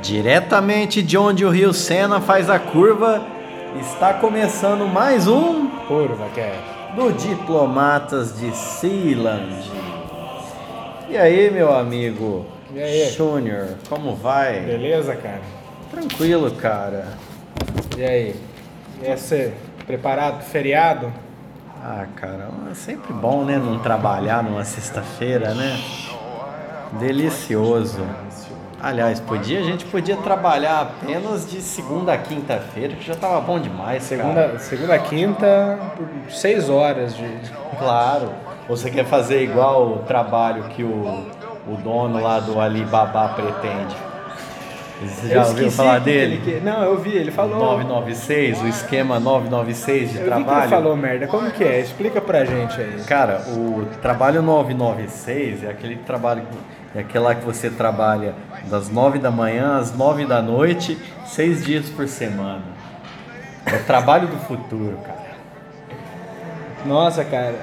Diretamente de onde o rio Sena faz a curva, está começando mais um Curva Cash do Diplomatas de Sealand. E aí, meu amigo E aí? Júnior, como vai? Beleza, cara? Tranquilo, cara. E aí? E você preparado pro feriado? Ah, cara, é sempre bom, né, não trabalhar numa sexta-feira, né? Delicioso. Aliás, a gente podia trabalhar apenas de segunda a quinta-feira, que já tava bom demais, cara. Segunda a quinta, por 6 horas de... Claro. Ou você quer fazer igual o trabalho que o dono lá do Alibaba pretende? Você já ouviu falar dele? Não, eu vi, ele falou... 996, o esquema 996 de Eu vi trabalho. que ele falou merda, como que é? Explica pra gente aí. Cara, o trabalho 996 é aquele trabalho, é aquela que você trabalha das 9 da manhã às 9 da noite, 6 dias por semana. É o trabalho do futuro, cara. Nossa, cara.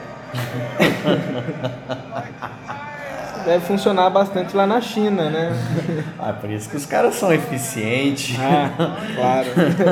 Deve funcionar bastante lá na China, né? Ah, por isso que os caras são eficientes. Ah, claro.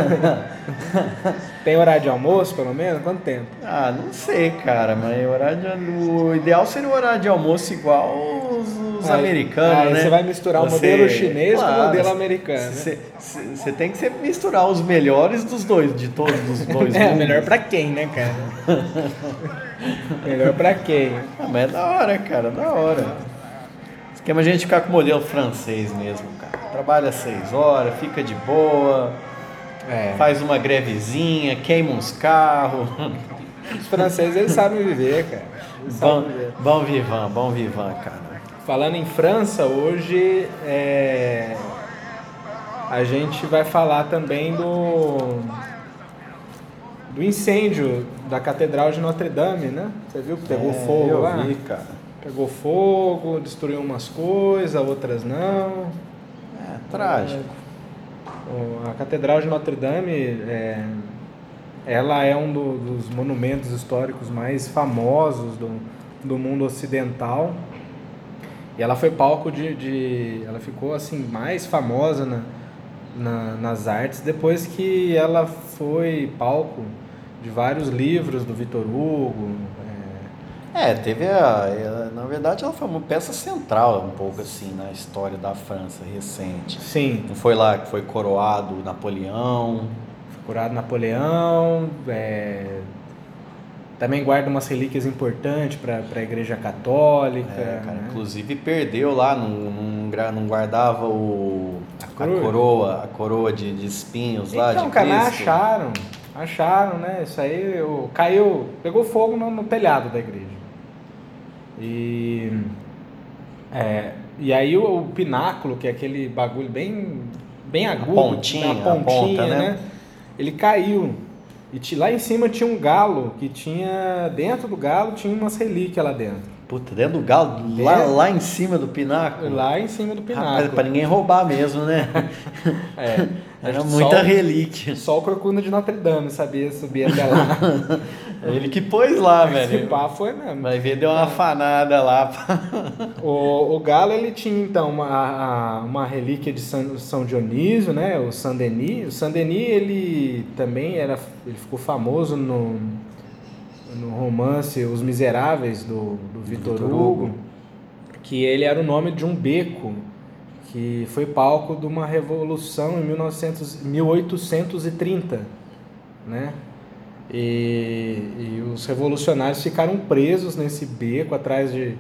Tem horário de almoço, pelo menos? Quanto tempo? Ah, não sei, cara, mas o ideal seria o horário de almoço igual os americanos, né? Você vai misturar o modelo chinês com o modelo americano. Você tem que misturar os melhores dos dois, de todos os dois mundos. Melhor pra quem, né, cara? Melhor pra quem? Ah, mas é da hora, cara, da hora. Esquema a gente ficar com o modelo francês mesmo, cara. Trabalha 6 horas, fica de boa, faz uma grevezinha, queima uns carros. Os franceses, eles sabem viver, cara. Bom vivan, cara. Falando em França, hoje a gente vai falar também do incêndio da Catedral de Notre Dame, né? Você viu que pegou fogo lá? Eu vi, cara. Pegou fogo, destruiu umas coisas, outras não. É trágico. A Catedral de Notre Dame, ela é um dos monumentos históricos mais famosos do mundo ocidental. E ela foi palco ela ficou assim mais famosa nas artes depois que ela foi palco de vários livros do Victor Hugo. Na verdade ela foi uma peça central um pouco assim na história da França recente. Sim. Não foi lá que foi coroado Napoleão? Foi coroado Napoleão, também guarda umas relíquias importantes para a Igreja Católica. Cara, né? inclusive perdeu lá, não guardava a coroa de espinhos lá de Cristo. Acharam, né? Isso aí caiu, pegou fogo no telhado da igreja. E aí o pináculo, que é aquele bagulho bem agudo, a ponta, né? Ele caiu. E lá em cima tinha um galo, dentro do galo tinha umas relíquias lá dentro. Puta, dentro do galo? Lá em cima do pináculo? Lá em cima do pináculo. Rapaz, pra ninguém roubar mesmo, né? Era muita relíquia. Só o Corcunda de Notre Dame sabia subir até lá. Ele que pôs lá, velho. Esse pá foi mesmo. Vai ver, deu uma afanada lá. O galo, ele tinha então uma relíquia de São Dionísio, né? O Saint-Denis. O Saint-Denis, ele também ele ficou famoso no romance Os Miseráveis do Victor Hugo, que ele era o nome de um beco que foi palco de uma revolução em 1830, né? E os revolucionários ficaram presos nesse beco atrás de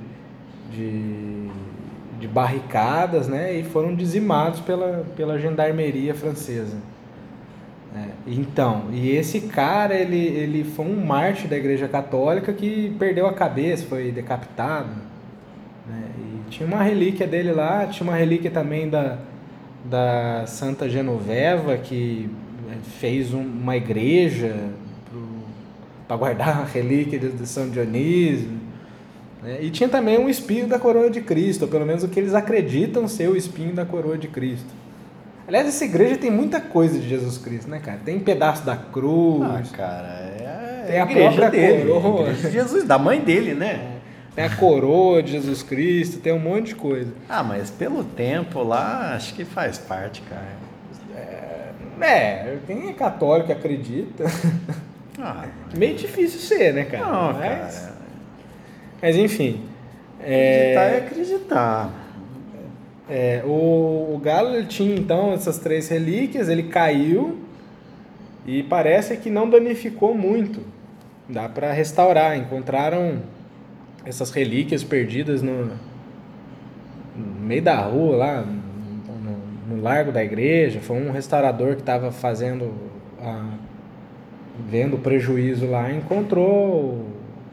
barricadas, né? E foram dizimados pela gendarmeria francesa. Então, e esse cara, ele foi um mártir da Igreja Católica que perdeu a cabeça, foi decapitado, né? E tinha uma relíquia dele lá, tinha uma relíquia também da Santa Genoveva, que fez uma igreja para guardar a relíquia de São Dionísio, né? E tinha também um espinho da coroa de Cristo, ou pelo menos o que eles acreditam ser o espinho da coroa de Cristo. Aliás, essa igreja tem muita coisa de Jesus Cristo, né, cara? Tem pedaço da cruz. Ah, cara, tem a igreja própria dele, coroa. a igreja de Jesus, da mãe dele, né? Tem a coroa de Jesus Cristo, tem um monte de coisa. Ah, mas pelo tempo lá, acho que faz parte, cara. Quem é católico acredita. Ah, Meio difícil ser, né, cara? não, mas, cara. mas enfim. Acreditar é acreditar. O Galo ele tinha então essas 3 relíquias, ele caiu e parece que não danificou muito. Dá para restaurar. Encontraram essas relíquias perdidas no meio da rua lá, no largo da igreja. Foi um restaurador que estava vendo o prejuízo lá e encontrou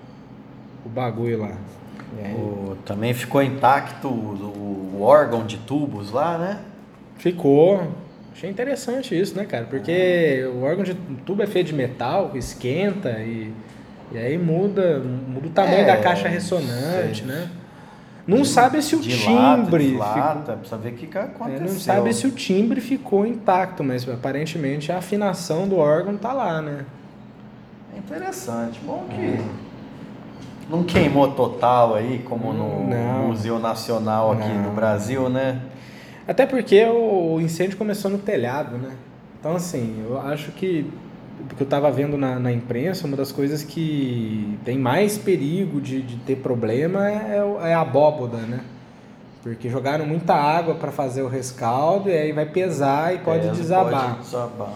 o bagulho lá. Também ficou intacto o órgão de tubos lá, né? Ficou. Achei interessante isso, né, cara? Porque o órgão de tubo é feito de metal, esquenta e aí muda o tamanho da caixa ressonante, né? Não sabe se o timbre... Dilata, precisa ver o que aconteceu. Não sabe se o timbre ficou intacto, mas aparentemente a afinação do órgão tá lá, né? É interessante. Bom que não queimou total aí, como no Museu Nacional aqui do Brasil, né? Até porque o incêndio começou no telhado, né? Então, assim, eu acho que eu estava vendo na imprensa, uma das coisas que tem mais perigo de ter problema é a abóboda, né? Porque jogaram muita água para fazer o rescaldo e aí vai pesar e pode desabar. Pode desabar.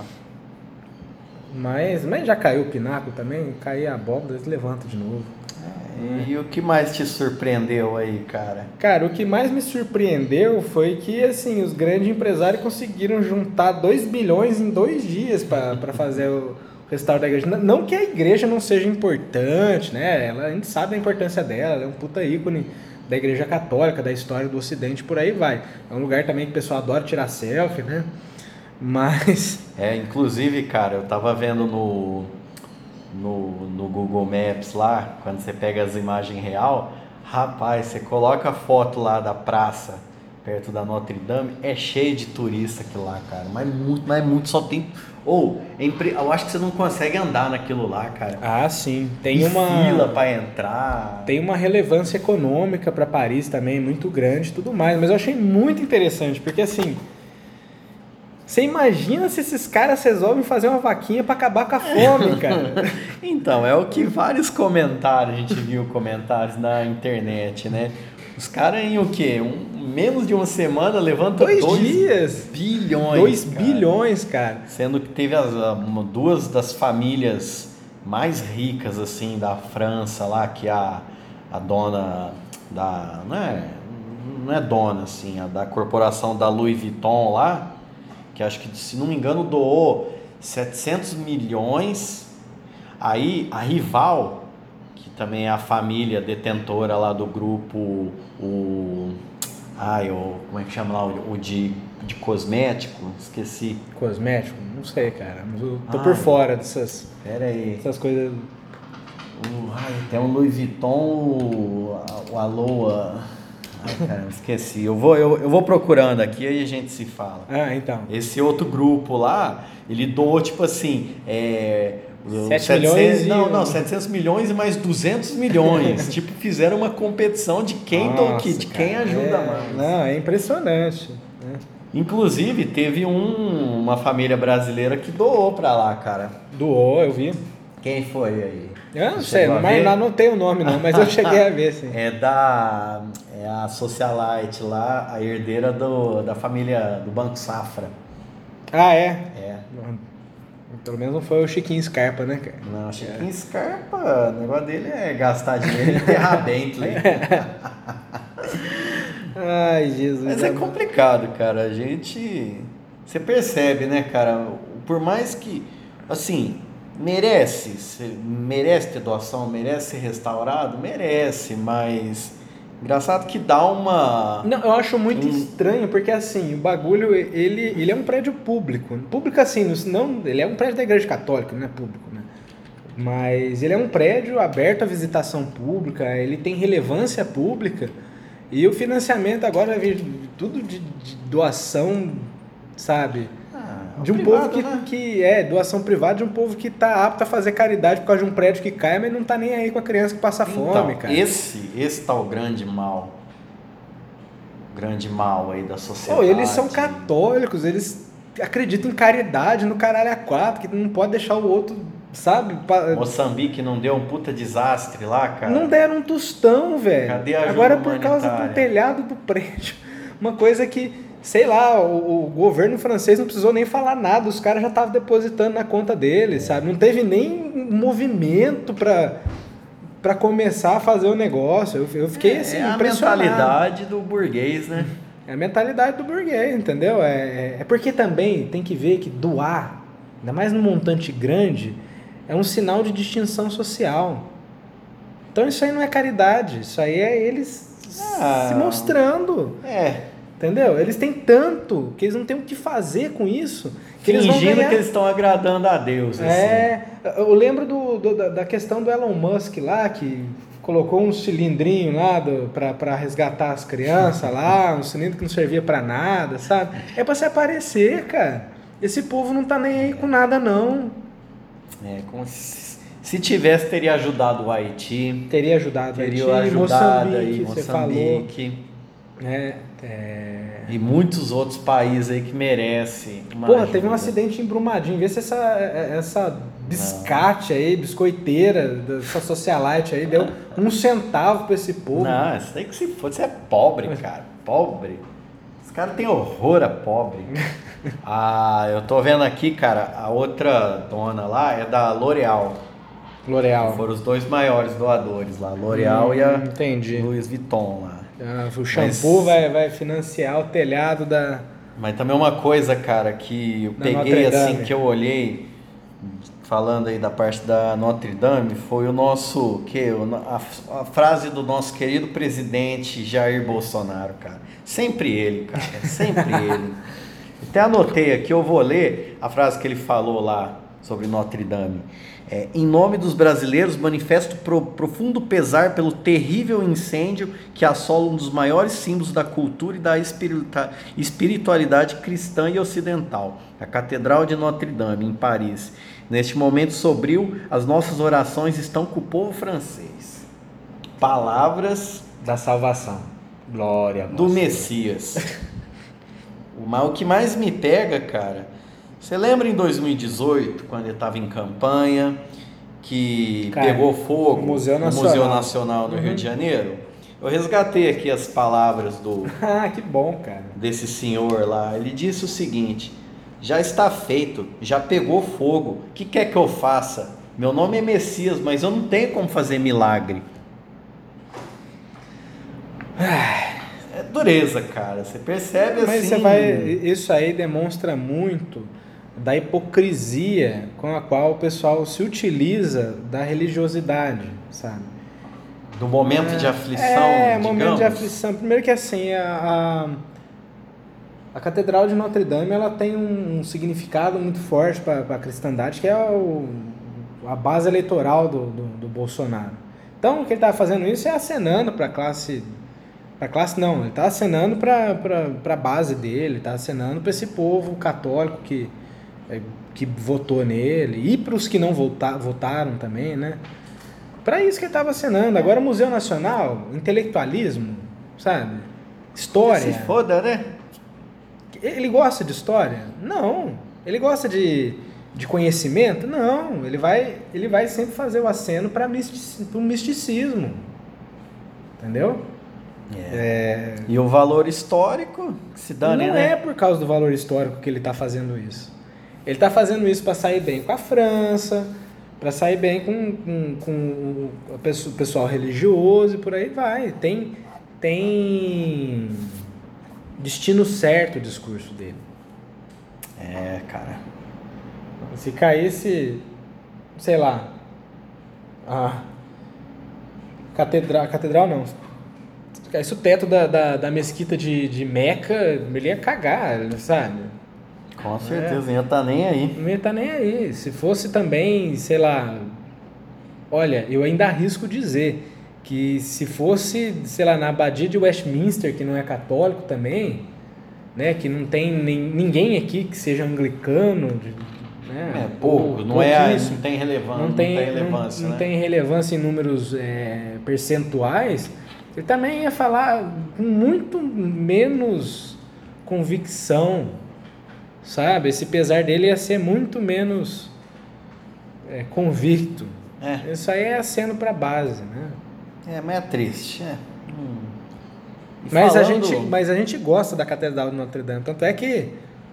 Mas já caiu o pináculo também, cair a abóboda, eles levantam de novo. E o que mais te surpreendeu aí, cara? Cara, o que mais me surpreendeu foi que, assim, os grandes empresários conseguiram juntar 2 bilhões em 2 dias para fazer o restauro da igreja. Não que a igreja não seja importante, né? A gente sabe da importância dela, ela é um puta ícone da igreja católica, da história do Ocidente, por aí vai. É um lugar também que o pessoal adora tirar selfie, né? Mas... inclusive, cara, eu tava vendo no Google Maps lá, quando você pega as imagens real, rapaz, você coloca a foto lá da praça, perto da Notre Dame, é cheio de turista aquilo lá, cara, mas muito, só tem... eu acho que você não consegue andar naquilo lá, cara. Ah, sim. Tem uma fila para entrar. Tem uma relevância econômica para Paris também, muito grande e tudo mais, mas eu achei muito interessante, porque assim... Você imagina se esses caras resolvem fazer uma vaquinha para acabar com a fome, cara? Então, é o que vários comentários, a gente viu comentários na internet, né? Os caras em o quê? Menos de uma semana levantam 2 dias. Bilhões. 2 bilhões, cara. Sendo que teve duas das famílias mais ricas, assim, da França lá, que a dona da... Não é dona, assim, a da corporação da Louis Vuitton lá, que acho que, se não me engano, doou 700 milhões. Aí a Rival, que também é a família detentora lá do grupo, como é que chama lá? O de cosmético, esqueci. Cosmético? Não sei, cara. Eu tô por fora dessas... Pera aí. Essas coisas... Tem um Louis Vuitton, o Aloha... Ai, caramba, esqueci. Eu vou procurando aqui, aí a gente se fala. Então. Esse outro grupo lá, ele doou, tipo assim... 700 milhões e mais 200 milhões. Tipo, fizeram uma competição de quem ajuda mais. Não, é impressionante. Né? Inclusive, teve uma família brasileira que doou pra lá, cara. Doou, eu vi. Quem foi aí? Eu não sei, mas lá não tem o nome não, mas eu cheguei a ver, sim. É a Socialite lá, a herdeira da família do Banco Safra. Ah, é? É. Pelo menos não foi o Chiquinho Scarpa, né, cara? Não, o Chiquinho Scarpa, o negócio dele é gastar dinheiro e enterrar Bentley. Ai, Jesus. Mas é complicado, cara. Você percebe, né, cara? Por mais que, assim... Merece ter doação, merece ser restaurado? Merece, mas engraçado que dá uma... Não, eu acho muito estranho, porque assim, o bagulho, ele é um prédio público. Público assim, não, ele é um prédio da igreja católica, não é público, né? Mas ele é um prédio aberto à visitação pública, ele tem relevância pública, e o financiamento agora vai vir tudo de doação, sabe? De um privado, povo né? que é doação privada, de um povo que tá apto a fazer caridade por causa de um prédio que cai, mas não tá nem aí com a criança que passa fome, cara. Esse tá o grande mal. O grande mal aí da sociedade. Eles são católicos, eles acreditam em caridade no caralho a quatro, que não pode deixar o outro, sabe? Moçambique não deu um puta desastre lá, cara? Não deram um tostão, velho. Cadê a ajuda Agora por causa humanitária? do telhado do prédio. Uma coisa que, sei lá, o governo francês não precisou nem falar nada, os caras já estavam depositando na conta deles, sabe? Não teve nem movimento pra começar a fazer o negócio. Eu fiquei assim, a impressionado. mentalidade do burguês, né? É a mentalidade do burguês, entendeu? É porque também tem que ver que doar, ainda mais num montante grande, é um sinal de distinção social. Então isso aí não é caridade, isso aí é eles se mostrando. Entendeu? Eles têm tanto que eles não têm o que fazer com isso. Que eles vão Fingindo ganhar. que eles estão agradando a Deus. Eu lembro da questão do Elon Musk lá, que colocou um cilindrinho lá pra resgatar as crianças lá, um cilindro que não servia pra nada, sabe? É pra se aparecer, cara. Esse povo não tá nem aí com nada, não. Como se tivesse, teria ajudado o Haiti. Teria ajudado Teria Haiti, ajudado aí Moçambique, você falou. Moçambique. É. E muitos outros países aí que merecem uma Porra, ajuda. teve um acidente em Brumadinho. Vê se essa biscate aí, biscoiteira, essa socialite aí, deu 1 centavo pra esse povo. Não, isso aí que se fosse é pobre, cara. Pobre. Os caras têm horror a pobre. Eu tô vendo aqui, cara, a outra dona lá é da L'Oréal. Foram os 2 maiores doadores lá, L'Oréal e a entendi. Louis Vuitton lá. O shampoo vai financiar o telhado da... Mas também uma coisa, cara, que eu peguei assim, que eu olhei, falando aí da parte da Notre Dame, foi o nosso, a frase do nosso querido presidente Jair Bolsonaro, cara. Sempre ele, cara, sempre ele. Até anotei aqui, eu vou ler a frase que ele falou lá sobre Notre Dame. Em nome dos brasileiros, manifesto profundo pesar pelo terrível incêndio que assola um dos maiores símbolos da cultura e da espiritualidade cristã e ocidental, a Catedral de Notre Dame, em Paris. Neste momento sombrio, as nossas orações estão com o povo francês. Palavras da salvação. Glória a do Messias. O que mais me pega, cara... Você lembra em 2018, quando ele estava em campanha, que pegou fogo no Museu Nacional do Rio de Janeiro? Eu resgatei aqui as palavras que bom, cara. Desse senhor lá. Ele disse o seguinte: já está feito, já pegou fogo, o que quer que eu faça? Meu nome é Messias, mas eu não tenho como fazer milagre. É dureza, cara. Você percebe mas assim... isso aí demonstra muito da hipocrisia com a qual o pessoal se utiliza da religiosidade, sabe? Do momento de aflição, digamos. Momento de aflição. Primeiro que assim, a Catedral de Notre Dame, ela tem um significado muito forte para a cristandade, que é a base eleitoral do Bolsonaro. Então, o que ele está fazendo isso é acenando para a classe... não, ele está acenando para a base dele, está acenando para esse povo católico que votou nele, e para os que não votaram também, né? Para isso que ele estava acenando. Agora, Museu Nacional, intelectualismo, sabe? História. Se foda, né? Ele gosta de história? Não. Ele gosta de conhecimento? Não. Ele vai sempre fazer o aceno para o misticismo. Entendeu? E o valor histórico que se dá, né? Não é por causa do valor histórico que ele está fazendo isso. Ele está fazendo isso para sair bem com a França, para sair bem com o pessoal religioso e por aí vai. Tem destino certo o discurso dele. Cara. Se caísse, sei lá, a catedral não. Se caísse o teto da mesquita de Meca, ele ia cagar, sabe? Com certeza, não ia estar nem aí. Não ia estar nem aí. Se fosse também, sei lá... Olha, eu ainda arrisco dizer que se fosse, sei lá, na abadia de Westminster, que não é católico também, né? Que não tem ninguém aqui que seja anglicano, né? Pouco, não tem relevância, não tem relevância em números percentuais. Ele também ia falar com muito menos convicção, sabe? Esse pesar dele ia ser muito menos convicto. Isso aí é aceno para a base, né? Mas é triste, Mas a gente gosta da Catedral de Notre Dame, tanto é que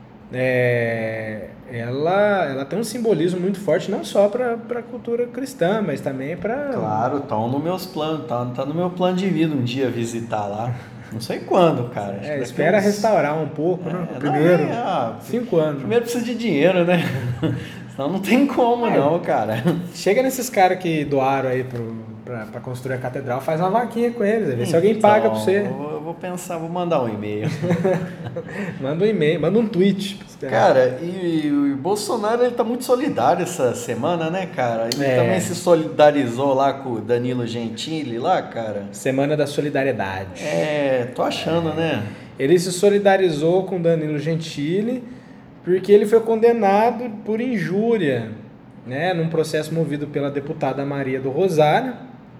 ela tem um simbolismo muito forte, não só para a cultura cristã, mas também para... Claro, estão nos meus planos, tá no meu plano de vida um dia visitar lá. Não sei quando, cara. Espera restaurar um pouco, né? Primeiro, 5 anos. Primeiro precisa de dinheiro, né? Senão não tem como não, cara. Chega nesses caras que doaram aí pra construir a catedral, faz uma vaquinha com eles, vê se alguém paga pra você. Eu vou pensar, vou mandar um e-mail. Manda um e-mail, manda um tweet. Cara, e o Bolsonaro, ele tá muito solidário essa semana, né, cara? Ele também se solidarizou lá com o Danilo Gentili lá, cara. Semana da Solidariedade. Tô achando, né? Ele se solidarizou com o Danilo Gentili porque ele foi condenado por injúria, né, num processo movido pela deputada Maria do Rosário.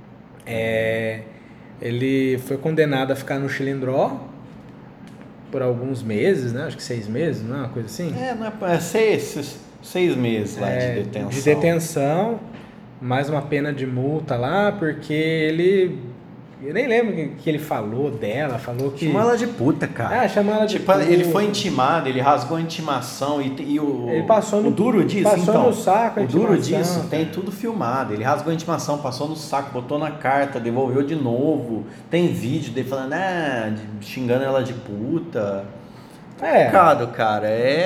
Ele foi condenado a ficar no Chilindró por alguns meses, né? Acho que 6 meses, não é uma coisa assim? Não é 6 meses lá de detenção. De detenção, mais uma pena de multa lá, porque ele... Eu nem lembro o que ele falou dela, falou que... Chamou ela de puta, cara. Chamou ela de puta. Ele foi intimado, ele rasgou a intimação e ele passou o duro disso, passou no saco a o duro intimação, disso cara. Tem tudo filmado. Ele rasgou a intimação, passou no saco, botou na carta, devolveu de novo. Tem vídeo dele falando, xingando ela de puta. Complicado, cara.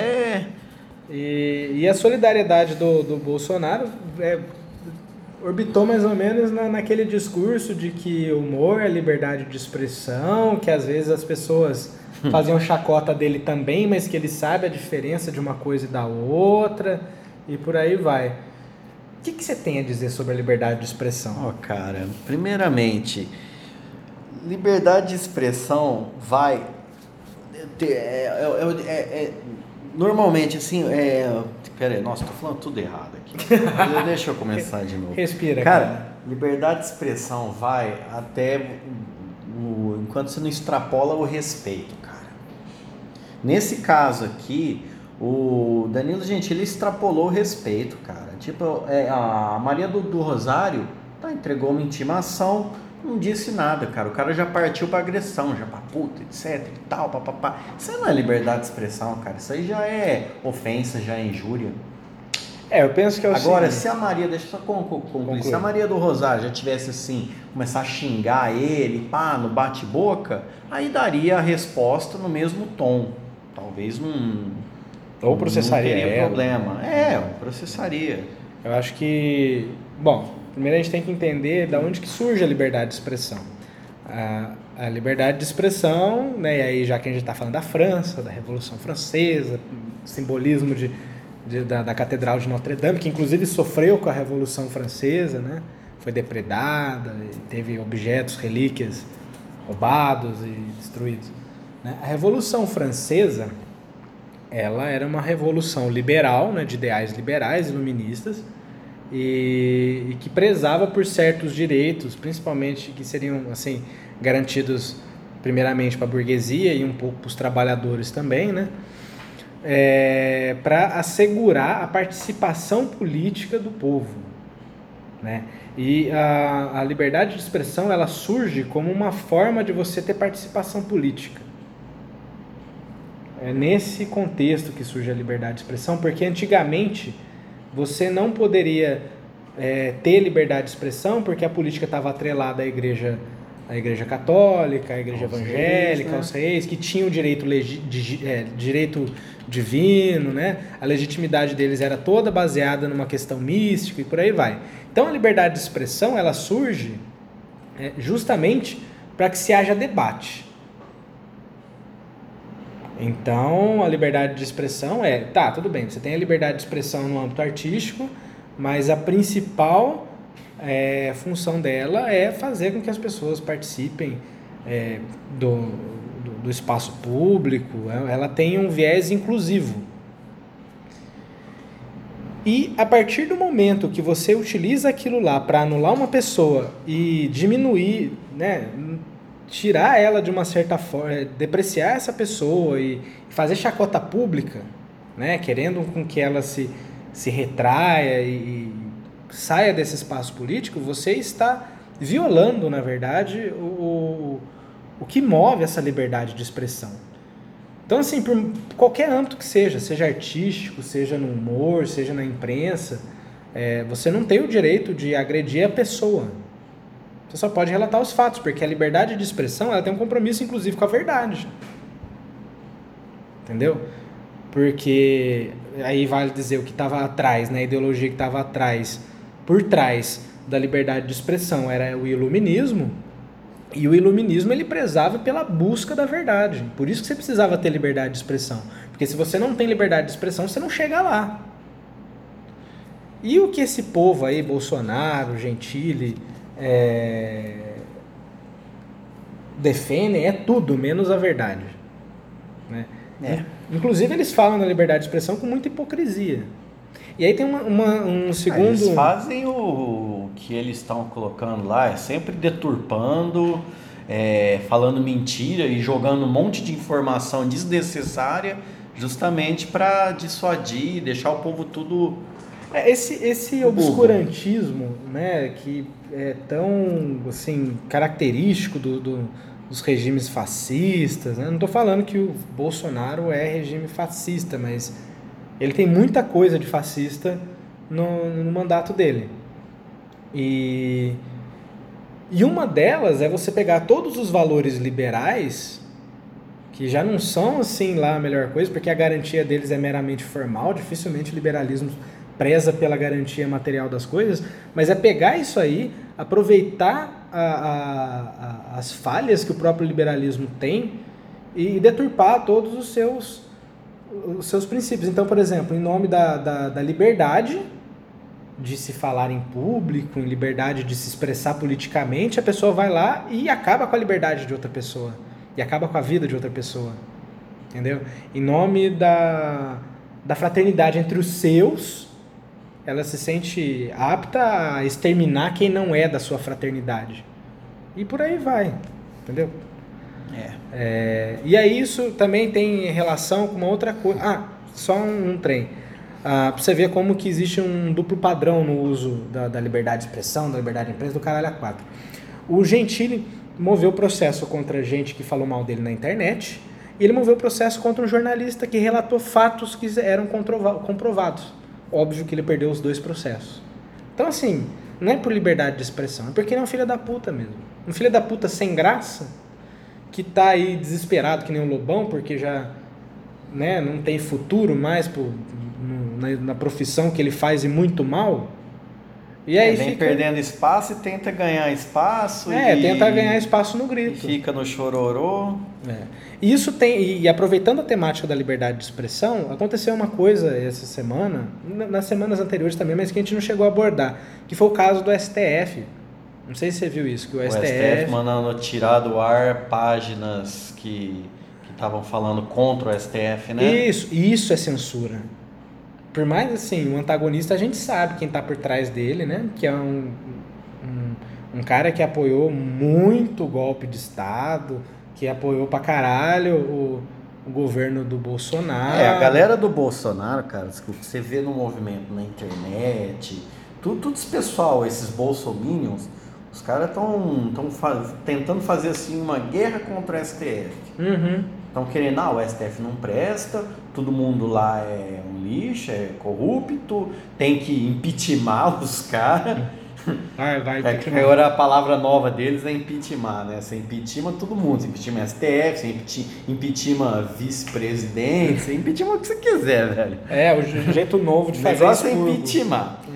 E a solidariedade do Bolsonaro orbitou mais ou menos naquele discurso de que o humor é liberdade de expressão, que às vezes as pessoas faziam chacota dele também, mas que ele sabe a diferença de uma coisa e da outra, e por aí vai. O que você tem a dizer sobre a liberdade de expressão? Cara, primeiramente, liberdade de expressão vai ter... normalmente, assim, Pera aí, nossa, tô falando tudo errado aqui. Deixa eu começar de novo. Respira, cara. Liberdade de expressão vai até enquanto você não extrapola o respeito, cara. Nesse caso aqui, o Danilo Gentili extrapolou o respeito, cara. Tipo, a Maria do Rosário entregou uma intimação, não disse nada, cara. O cara já partiu pra agressão, já pra puta, etc e tal, papapá. Isso aí não é liberdade de expressão, cara. Isso aí já é ofensa, já é injúria. Eu penso que Agora, se a Maria, deixa eu só concluir, se a Maria do Rosário já tivesse assim, começar a xingar ele, no bate-boca, aí daria a resposta no mesmo tom. Talvez ou processaria não teria ela. problema. Processaria. Eu acho que... Bom, primeiro a gente tem que entender de onde que surge a liberdade de expressão. A liberdade de expressão, né, e aí já que a gente está falando da França, da Revolução Francesa, simbolismo da Catedral de Notre Dame, que inclusive sofreu com a Revolução Francesa, né, foi depredada, teve objetos, relíquias roubados e destruídos. Né? A Revolução Francesa, ela era uma revolução liberal, né, de ideais liberais, iluministas, e que prezava por certos direitos, principalmente que seriam assim garantidos primeiramente para a burguesia e um pouco para os trabalhadores também, né? Para assegurar a participação política do povo, né? E a liberdade de expressão, ela surge como uma forma de você ter participação política. É nesse contexto que surge a liberdade de expressão, porque antigamente você não poderia ter liberdade de expressão porque a política estava atrelada à igreja católica, à igreja evangélica, aos reis, que tinham direito divino, né? A legitimidade deles era toda baseada numa questão mística e por aí vai. Então a liberdade de expressão, ela surge justamente para que se haja debate. Então a liberdade de expressão tudo bem, você tem a liberdade de expressão no âmbito artístico, mas a principal função dela é fazer com que as pessoas participem do espaço público, ela tem um viés inclusivo. E a partir do momento que você utiliza aquilo lá para anular uma pessoa e diminuir, né, tirar ela de uma certa forma, depreciar essa pessoa e fazer chacota pública, né, querendo com que ela se retraia e saia desse espaço político, você está violando, na verdade, o que move essa liberdade de expressão. Então, assim, por qualquer âmbito que seja artístico, seja no humor, seja na imprensa, você não tem o direito de agredir a pessoa. Você só pode relatar os fatos, porque a liberdade de expressão ela tem um compromisso, inclusive, com a verdade. Entendeu? Porque aí vale dizer o que estava atrás, né? A ideologia que estava atrás, por trás da liberdade de expressão era o iluminismo, e o iluminismo ele prezava pela busca da verdade. Por isso que você precisava ter liberdade de expressão. Porque se você não tem liberdade de expressão, você não chega lá. E o que esse povo aí, Bolsonaro, Gentili, defendem é tudo, menos a verdade. Né? Inclusive eles falam da liberdade de expressão com muita hipocrisia. E aí tem um segundo... Eles fazem o que eles estão colocando lá, sempre deturpando, falando mentira e jogando um monte de informação desnecessária justamente para dissuadir, deixar o povo tudo... Esse obscurantismo, né, que é tão assim, característico dos regimes fascistas, né? Não estou falando que o Bolsonaro é regime fascista, mas ele tem muita coisa de fascista no mandato dele. E uma delas é você pegar todos os valores liberais, que já não são assim lá a melhor coisa, porque a garantia deles é meramente formal, dificilmente o liberalismo preza pela garantia material das coisas, mas é pegar isso aí, aproveitar as falhas que o próprio liberalismo tem e deturpar todos os seus princípios. Então, por exemplo, em nome da liberdade de se falar em público, em liberdade de se expressar politicamente, a pessoa vai lá e acaba com a liberdade de outra pessoa, e acaba com a vida de outra pessoa, entendeu? Em nome da fraternidade entre os seus, ela se sente apta a exterminar quem não é da sua fraternidade. E por aí vai, entendeu? E aí isso também tem relação com uma outra coisa. Só um trem. Pra você ver como que existe um duplo padrão no uso da liberdade de expressão, da liberdade de imprensa, do caralho a quatro. O Gentili moveu processo contra gente que falou mal dele na internet, e ele moveu processo contra um jornalista que relatou fatos que eram comprovados. Óbvio que ele perdeu os dois processos. Então, assim, não é por liberdade de expressão, é porque ele é um filho da puta mesmo. Um filho da puta sem graça, que tá aí desesperado que nem um lobão, porque já, né, não tem futuro mais na profissão que ele faz e muito mal. E aí vem perdendo espaço e tenta ganhar espaço. Tenta ganhar espaço no grito. E fica no chororô. Isso e aproveitando a temática da liberdade de expressão, aconteceu uma coisa essa semana, nas semanas anteriores também, mas que a gente não chegou a abordar, que foi o caso do STF. Não sei se você viu isso, que o STF mandando tirar do ar páginas que estavam falando contra o STF, né? Isso é censura. Por mais assim, o antagonista a gente sabe quem está por trás dele, né? Que é um cara que apoiou muito o golpe de Estado, que apoiou pra caralho o governo do Bolsonaro. A galera do Bolsonaro, cara, você vê no movimento na internet, tudo esse pessoal, esses bolsominions, os caras estão tentando fazer assim uma guerra contra o STF. Estão querendo, o STF não presta, todo mundo lá é um lixo, é corrupto, tem que impeachment os caras. Agora a palavra nova deles é impeachment, né? Você impeachment todo mundo, você impeachment STF, você impeachment vice-presidente, você impeachment o que você quiser, velho. O jeito novo de fazer isso. O negócio é impeachment.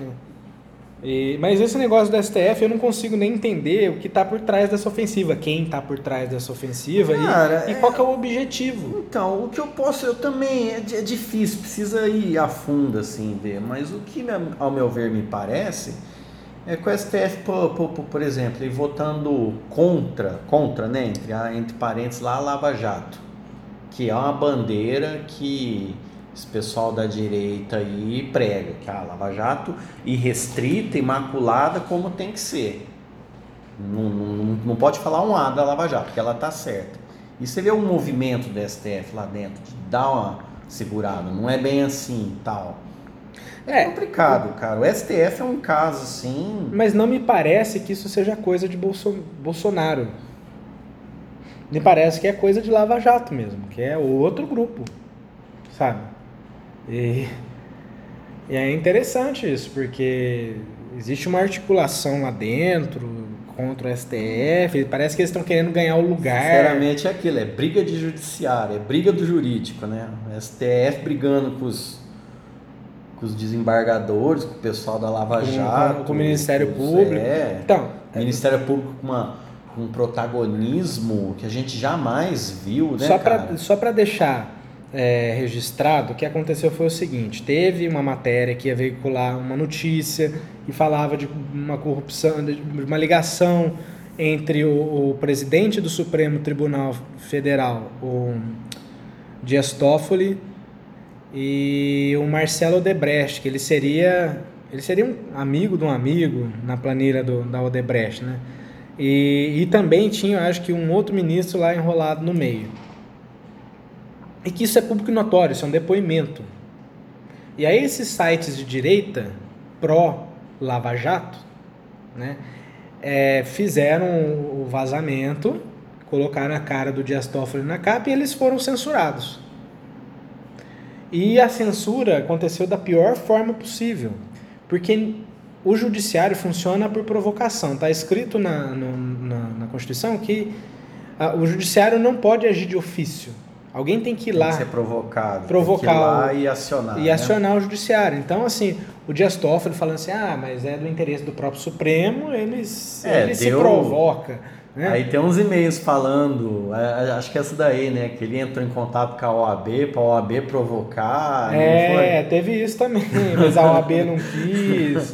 Mas esse negócio do STF eu não consigo nem entender o que está por trás dessa ofensiva, quem está por trás dessa ofensiva. Cara, e qual que é o objetivo. Então, o que eu também, é difícil, precisa ir a fundo assim ver, mas o que ao meu ver me parece É que o STF, por exemplo, ele votando contra, né, entre parênteses lá, a Lava Jato, que é uma bandeira que esse pessoal da direita aí prega, que a Lava Jato irrestrita, imaculada, como tem que ser. Não pode falar um A da Lava Jato, porque ela tá certa. E você vê o movimento do STF lá dentro, de dar uma segurada, não é bem assim, tal. É complicado, cara. O STF é um caso assim. Mas não me parece que isso seja coisa de Bolsonaro. Me parece que é coisa de Lava Jato mesmo, que é outro grupo, sabe? E é interessante isso, porque existe uma articulação lá dentro contra o STF, parece que eles estão querendo ganhar o lugar. Sinceramente é aquilo, é briga de judiciário, é briga do jurídico, né? O STF brigando com os desembargadores, com o pessoal da Lava Jato. Com o Ministério Público. Então, o Ministério Público com um protagonismo que a gente jamais viu, né, Só para deixar registrado, o que aconteceu foi o seguinte, teve uma matéria que ia veicular uma notícia e falava de uma corrupção, de uma ligação entre o presidente do Supremo Tribunal Federal, o Dias Toffoli, e o Marcelo Odebrecht, que ele seria um amigo de um amigo na planilha da Odebrecht, né? E também tinha, acho que, um outro ministro lá enrolado no meio. E que isso é público notório, isso é um depoimento. E aí esses sites de direita, pró-Lava Jato, né, fizeram o vazamento, colocaram a cara do Dias Toffoli na capa e eles foram censurados. E a censura aconteceu da pior forma possível, porque o judiciário funciona por provocação. Está escrito na Constituição que o judiciário não pode agir de ofício. Alguém tem que ir lá. Tem que ser provocado. Provocar tem que ir lá e acionar. E acionar o judiciário. Então, assim, o Dias Toffoli falando assim, mas é do interesse do próprio Supremo, ele se provoca. Né? Aí tem uns e-mails falando, acho que é essa daí, né? Que ele entrou em contato com a OAB, para a OAB provocar. Teve isso também, mas a OAB não quis.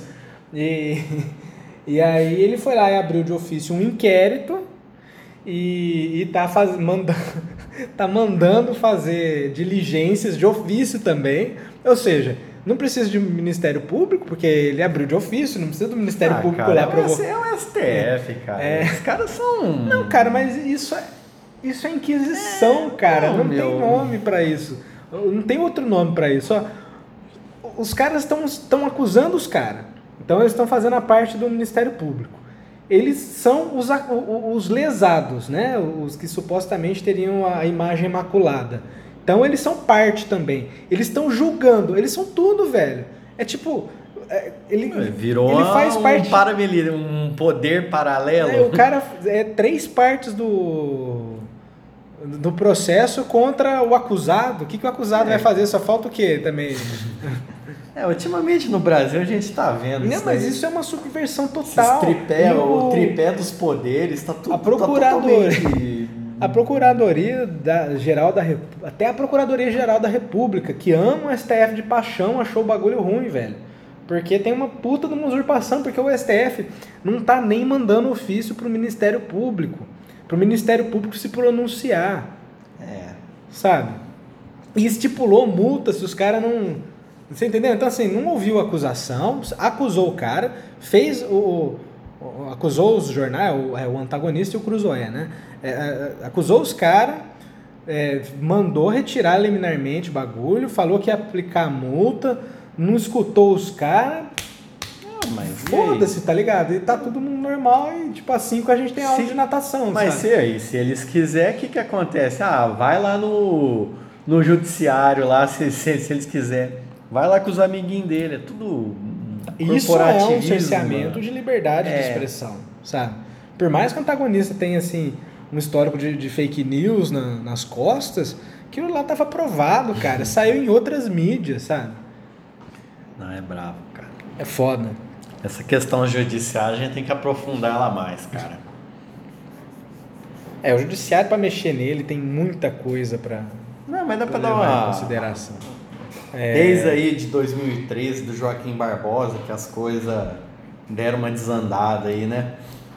E aí ele foi lá e abriu de ofício um inquérito e tá mandando fazer diligências de ofício também. Ou seja, não precisa de Ministério Público, porque ele abriu de ofício, não precisa do Ministério Público cara, lá provocar. É o STF, cara. Os caras são... Não, cara, mas isso é Inquisição, cara. Não tem nome pra isso. Não tem outro nome pra isso. Os caras estão acusando os caras. Então eles estão fazendo a parte do Ministério Público. Eles são os lesados, né? Os que supostamente teriam a imagem imaculada. Então eles são parte também. Eles estão julgando. Eles são tudo, velho. É tipo... Ele faz parte... um poder paralelo. O cara é 3 partes do processo contra o acusado. O que o acusado vai fazer? Só falta o quê também? Ultimamente no Brasil a gente tá vendo isso. Não, mas isso é uma subversão total. O tripé dos poderes tá tudo A Procuradoria Geral da República, até a Procuradoria Geral da República, que ama o STF de paixão, achou o bagulho ruim, velho. Porque tem uma puta de uma usurpação, porque o STF não tá nem mandando ofício pro Ministério Público se pronunciar. Sabe? E estipulou multa se os caras não... Você entendeu? Então, assim, não ouviu a acusação, acusou o cara, acusou os jornais, o antagonista e o Cruzoé, né? Acusou os caras, mandou retirar liminarmente o bagulho, falou que ia aplicar a multa, não escutou os caras. Mas foda-se, tá ligado? E tá tudo normal e, tipo, às 5 a gente tem aula de natação, mas sabe? se eles quiserem, o que acontece? Vai lá no judiciário lá, se eles quiserem. Vai lá com os amiguinhos dele, é tudo isso é um cerceamento de liberdade de expressão, sabe? Por mais que o antagonista tenha, assim, um histórico de fake news nas costas, aquilo lá tava provado, cara. Saiu em outras mídias, sabe? Não, é bravo, cara. É foda. Essa questão judiciária a gente tem que aprofundar ela mais, cara. O judiciário, pra mexer nele, tem muita coisa pra... Não, mas dá pra dar uma consideração. Desde aí de 2013, do Joaquim Barbosa, que as coisas deram uma desandada aí, né?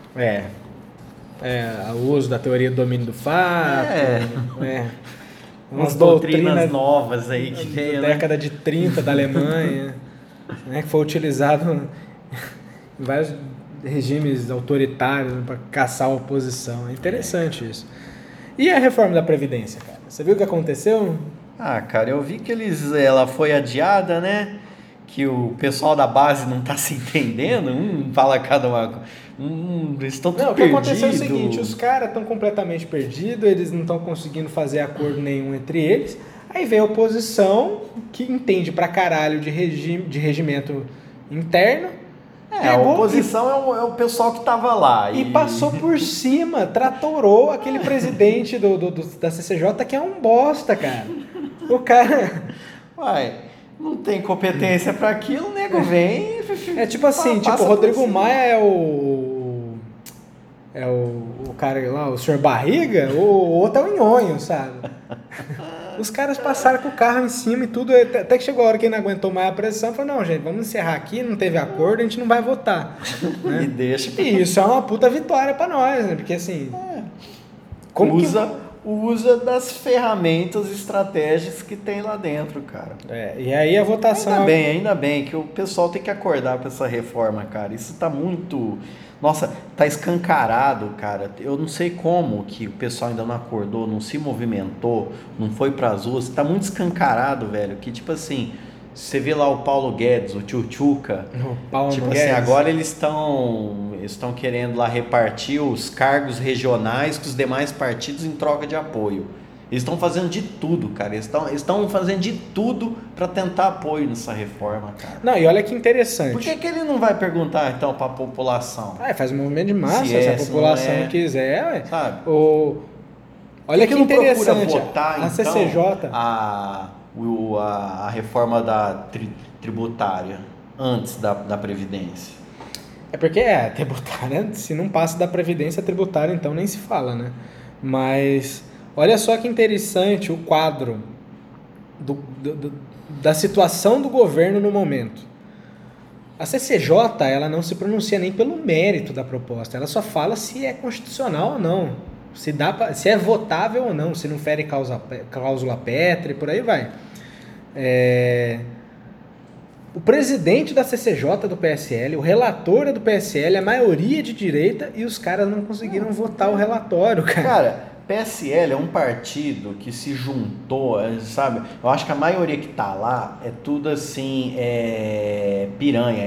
O uso da teoria do domínio do fato, Umas doutrinas novas aí que veio, da década de 30 da Alemanha, né, que foi utilizado em vários regimes autoritários para caçar a oposição. É interessante isso. E a reforma da Previdência, cara? Você viu o que aconteceu? Ah, cara, eu vi que ela foi adiada, né? Que o pessoal da base não tá se entendendo, fala cada uma. Eles estão tudo perdidos. O que aconteceu é o seguinte, os caras estão completamente perdidos, eles não estão conseguindo fazer acordo nenhum entre eles. Aí vem a oposição, que entende pra caralho de regimento interno. A oposição é o pessoal que tava lá. E passou por cima, tratorou aquele presidente da CCJ, que é um bosta, cara. O cara... Uai, não tem competência pra aquilo, o nego vem... É tipo assim, o Rodrigo Maia é o cara lá, o senhor Barriga, o outro é o Nhonho, sabe? Os caras passaram com o carro em cima e tudo, até que chegou a hora que ele não aguentou mais a pressão, falou, não, gente, vamos encerrar aqui, não teve acordo, a gente não vai votar. Né? E deixa. E isso é uma puta vitória pra nós, né? Porque assim... Usa das ferramentas, estratégias que tem lá dentro, cara. E aí a votação... Ainda bem que o pessoal tem que acordar pra essa reforma, cara. Isso tá muito... Nossa, tá escancarado, cara. Eu não sei como que o pessoal ainda não acordou, não se movimentou, não foi pras ruas. Tá muito escancarado, velho. Que tipo assim, você vê lá o Paulo Guedes, o Tchutchuca. Tipo Guedes. assim, agora eles estão querendo lá repartir os cargos regionais com os demais partidos em troca de apoio. Eles estão fazendo de tudo, cara. Eles estão fazendo de tudo para tentar apoio nessa reforma, cara. Não, e olha que interessante. Por que ele não vai perguntar, então, para a população? Faz um movimento de massa, se a população quiser. Sabe? Olha que interessante. Não procura votar, a CCJ... a reforma tributária antes da Previdência? É porque tributária, se não passa da Previdência tributária, então nem se fala, né? Mas... Olha só que interessante o quadro da situação do governo no momento. A CCJ ela não se pronuncia nem pelo mérito da proposta, ela só fala se é constitucional ou não, se é votável ou não, se não fere cláusula pétrea e por aí vai. O presidente da CCJ do PSL, o relator é do PSL, a maioria de direita, e os caras não conseguiram votar o relatório, cara. Cara, PSL é um partido que se juntou, sabe? Eu acho que a maioria que tá lá é tudo assim, piranha,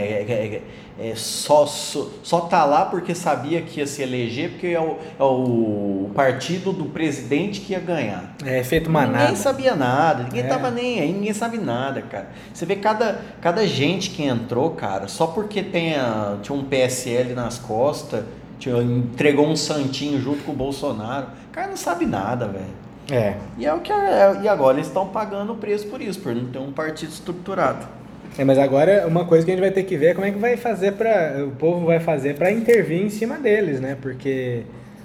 só tá lá porque sabia que ia se eleger, porque é o partido do presidente que ia ganhar. Feito manada. Ninguém sabia nada, ninguém tava nem aí, ninguém sabe nada, cara. Você vê cada gente que entrou, cara, só porque tinha um PSL nas costas, entregou um santinho junto com o Bolsonaro. O cara não sabe nada, velho. E agora eles estão pagando o preço por isso, por não ter um partido estruturado. Mas agora uma coisa que a gente vai ter que ver é como é que o povo vai fazer para intervir em cima deles, né? Porque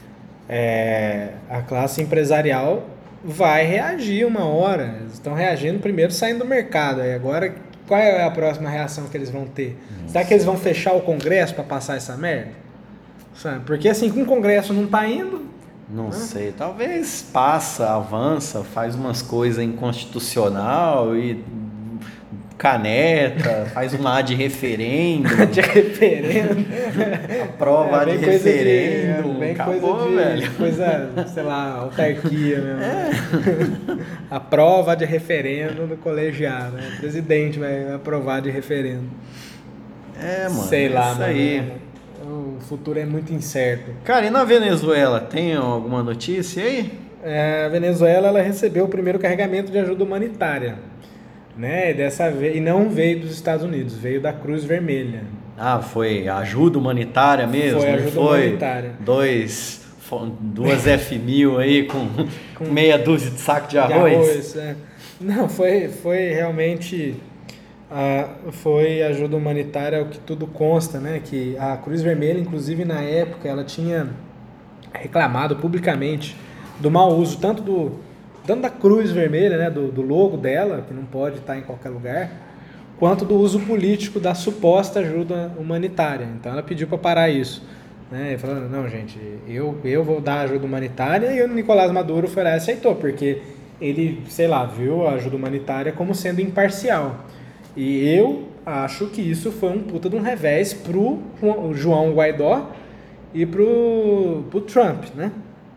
a classe empresarial vai reagir uma hora. Eles estão reagindo primeiro saindo do mercado. E agora, qual é a próxima reação que eles vão ter? Será que eles vão fechar o Congresso para passar essa merda? Sabe? Porque assim, com o Congresso não tá indo... Não sei, talvez avança, faz umas coisas inconstitucional e caneta, faz uma de referendo. De referendo. Aprova de referendo. Bem acabou, coisa velho. Coisa, sei lá, autarquia mesmo. A prova de referendo do colegiado, né? O presidente vai aprovar de referendo. Mano. Sei lá, isso aí. Mano. O futuro é muito incerto. Cara, e na Venezuela, tem alguma notícia aí? A Venezuela ela recebeu o primeiro carregamento de ajuda humanitária, né? Dessa vez, e não veio dos Estados Unidos, veio da Cruz Vermelha. Foi ajuda humanitária mesmo? Foi ajuda humanitária. Duas F1000 aí com meia dúzia de saco de arroz? Não, foi realmente... foi ajuda humanitária, o que tudo consta, né? Que a Cruz Vermelha, inclusive na época, ela tinha reclamado publicamente do mau uso tanto da Cruz Vermelha, né? Do logo dela, que não pode estar em qualquer lugar, quanto do uso político da suposta ajuda humanitária. Então ela pediu para parar isso. Né? E falando, não, gente, eu vou dar ajuda humanitária, e o Nicolás Maduro foi lá e aceitou, porque ele, sei lá, viu a ajuda humanitária como sendo imparcial. E eu acho que isso foi um puta de um revés pro João Guaidó e pro Trump, né?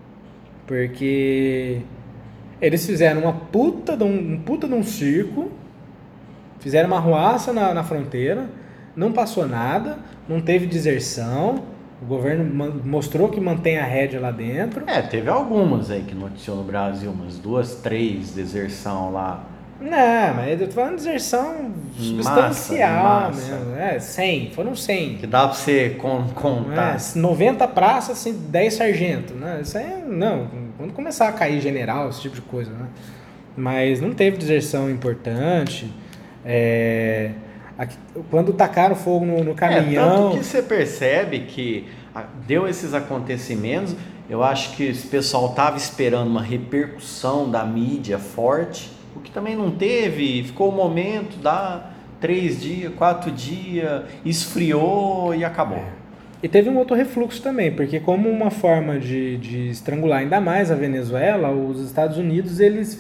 Porque eles fizeram um puta de um circo, fizeram uma arruaça na fronteira, não passou nada, não teve deserção, o governo mostrou que mantém a rédea lá dentro. Teve algumas aí que noticiou no Brasil, umas 2, 3 deserção lá. Não, mas eu tô falando de deserção substancial mesmo. 100, foram 100. Que dá pra você contar. 90 praças, assim, 10 sargentos, né? Isso aí, não, quando começar a cair general, esse tipo de coisa, né? Mas não teve deserção importante. Quando tacaram fogo no caminhão... Tanto que você percebe que deu esses acontecimentos, eu acho que esse pessoal tava esperando uma repercussão da mídia forte, o que também não teve, ficou um momento, dá 3 dias, 4 dias, esfriou e acabou. E teve um outro refluxo também, porque como uma forma de estrangular ainda mais a Venezuela, os Estados Unidos, eles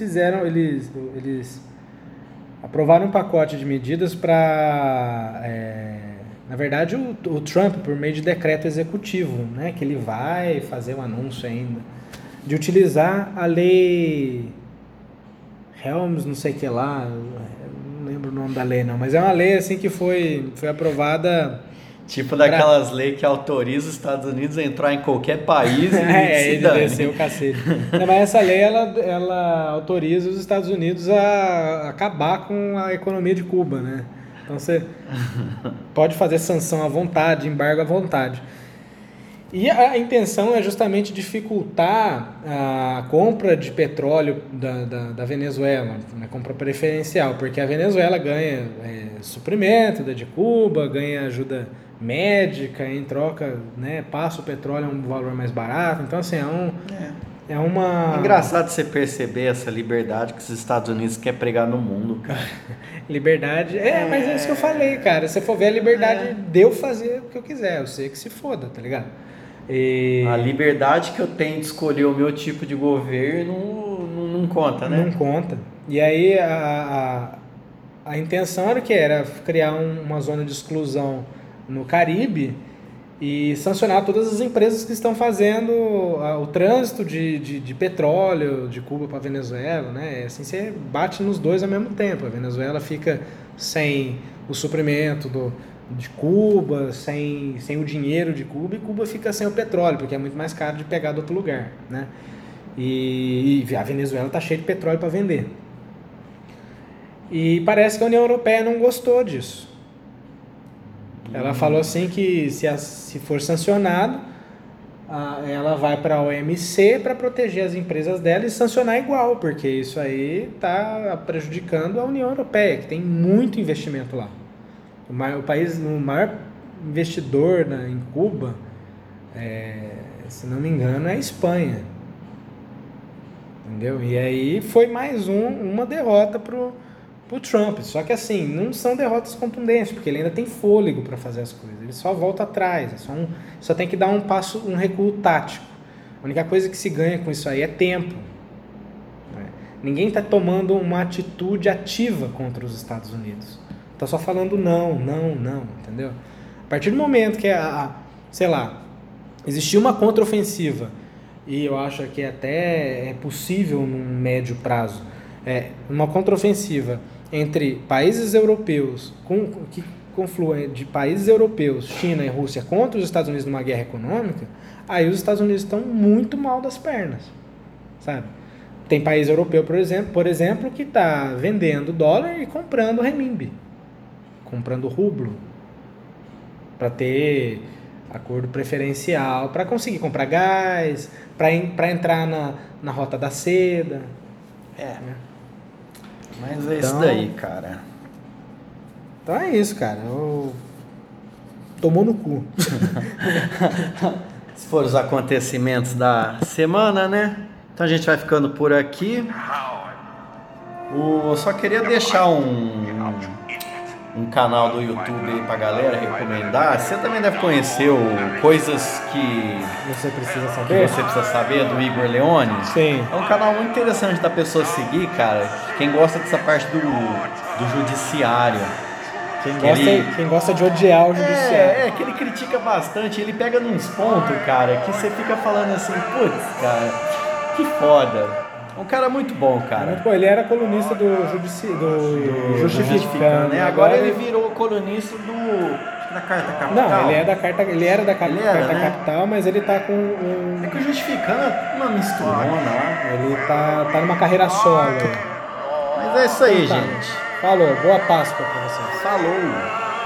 aprovaram um pacote de medidas para, na verdade, o Trump, por meio de decreto executivo, né, que ele vai fazer um anúncio ainda, de utilizar a lei Helms, não sei o que lá, não lembro o nome da lei não, mas é uma lei assim que foi aprovada... Tipo daquelas leis que autorizam os Estados Unidos a entrar em qualquer país e ele desceu o cacete. Não, mas essa lei, ela autoriza os Estados Unidos a acabar com a economia de Cuba, né? Então você pode fazer sanção à vontade, embargo à vontade. E a intenção é justamente dificultar a compra de petróleo da Venezuela, né, compra preferencial, porque a Venezuela ganha suprimento de Cuba, ganha ajuda médica, em troca, né, passa o petróleo a um valor mais barato. Então, assim, é uma... É engraçado você perceber essa liberdade que os Estados Unidos quer pregar no mundo, cara. Liberdade... mas é isso que eu falei, cara. Se você for ver a liberdade de eu fazer o que eu quiser, eu sei que se foda, tá ligado? A liberdade que eu tenho de escolher o meu tipo de governo não conta, né? Não conta. E aí a intenção era o que? Era criar uma zona de exclusão no Caribe e sancionar todas as empresas que estão fazendo o trânsito de petróleo de Cuba para a Venezuela, né? Assim você bate nos dois ao mesmo tempo. A Venezuela fica sem o suprimento de Cuba, sem o dinheiro de Cuba, e Cuba fica sem o petróleo, porque é muito mais caro de pegar do outro lugar, né? E a Venezuela está cheia de petróleo para vender. E parece que a União Europeia não gostou disso. Ela falou assim que se for sancionado, ela vai para a OMC para proteger as empresas dela e sancionar igual, porque isso aí está prejudicando a União Europeia, que tem muito investimento lá. O maior investidor em Cuba, se não me engano, é a Espanha. Entendeu? E aí foi mais uma derrota pro Trump. Só que assim, não são derrotas contundentes, porque ele ainda tem fôlego para fazer as coisas. Ele só volta atrás, só tem que dar um recuo tático. A única coisa que se ganha com isso aí é tempo. Né? Ninguém está tomando uma atitude ativa contra os Estados Unidos. Está só falando não, entendeu? A partir do momento que sei lá, existir uma contraofensiva, e eu acho que até é possível num médio prazo, uma contraofensiva entre países europeus, que confluem de países europeus, China e Rússia, contra os Estados Unidos numa guerra econômica, aí os Estados Unidos estão muito mal das pernas, sabe? Tem país europeu, por exemplo, que está vendendo dólar e comprando renminbi, comprando rublo, para ter acordo preferencial, para conseguir comprar gás, para entrar na rota da seda. Mas é isso daí, cara. Então é isso, cara. Tomou no cu. Esses foram os acontecimentos da semana, né? Então a gente vai ficando por aqui. Eu só queria deixar um canal do YouTube aí pra galera recomendar. Você também deve conhecer o Coisas que Você precisa que saber? você precisa saber, do Igor Leone. Sim. É um canal muito interessante da pessoa seguir, cara. Quem gosta dessa parte do judiciário. Quem gosta de odiar o judiciário. Que ele critica bastante. Ele pega nos pontos, cara, que você fica falando assim, putz, cara, que foda. Um cara muito bom, cara. Pô, ele era colunista do Justificando, né? Agora ele virou colunista da Carta Capital. Não, ele era da Carta né? Capital, mas ele tá com É que o Justificando é uma misturona lá. ele tá numa carreira solo. Mas é isso aí, Tá. gente. Falou, boa Páscoa pra vocês. Falou!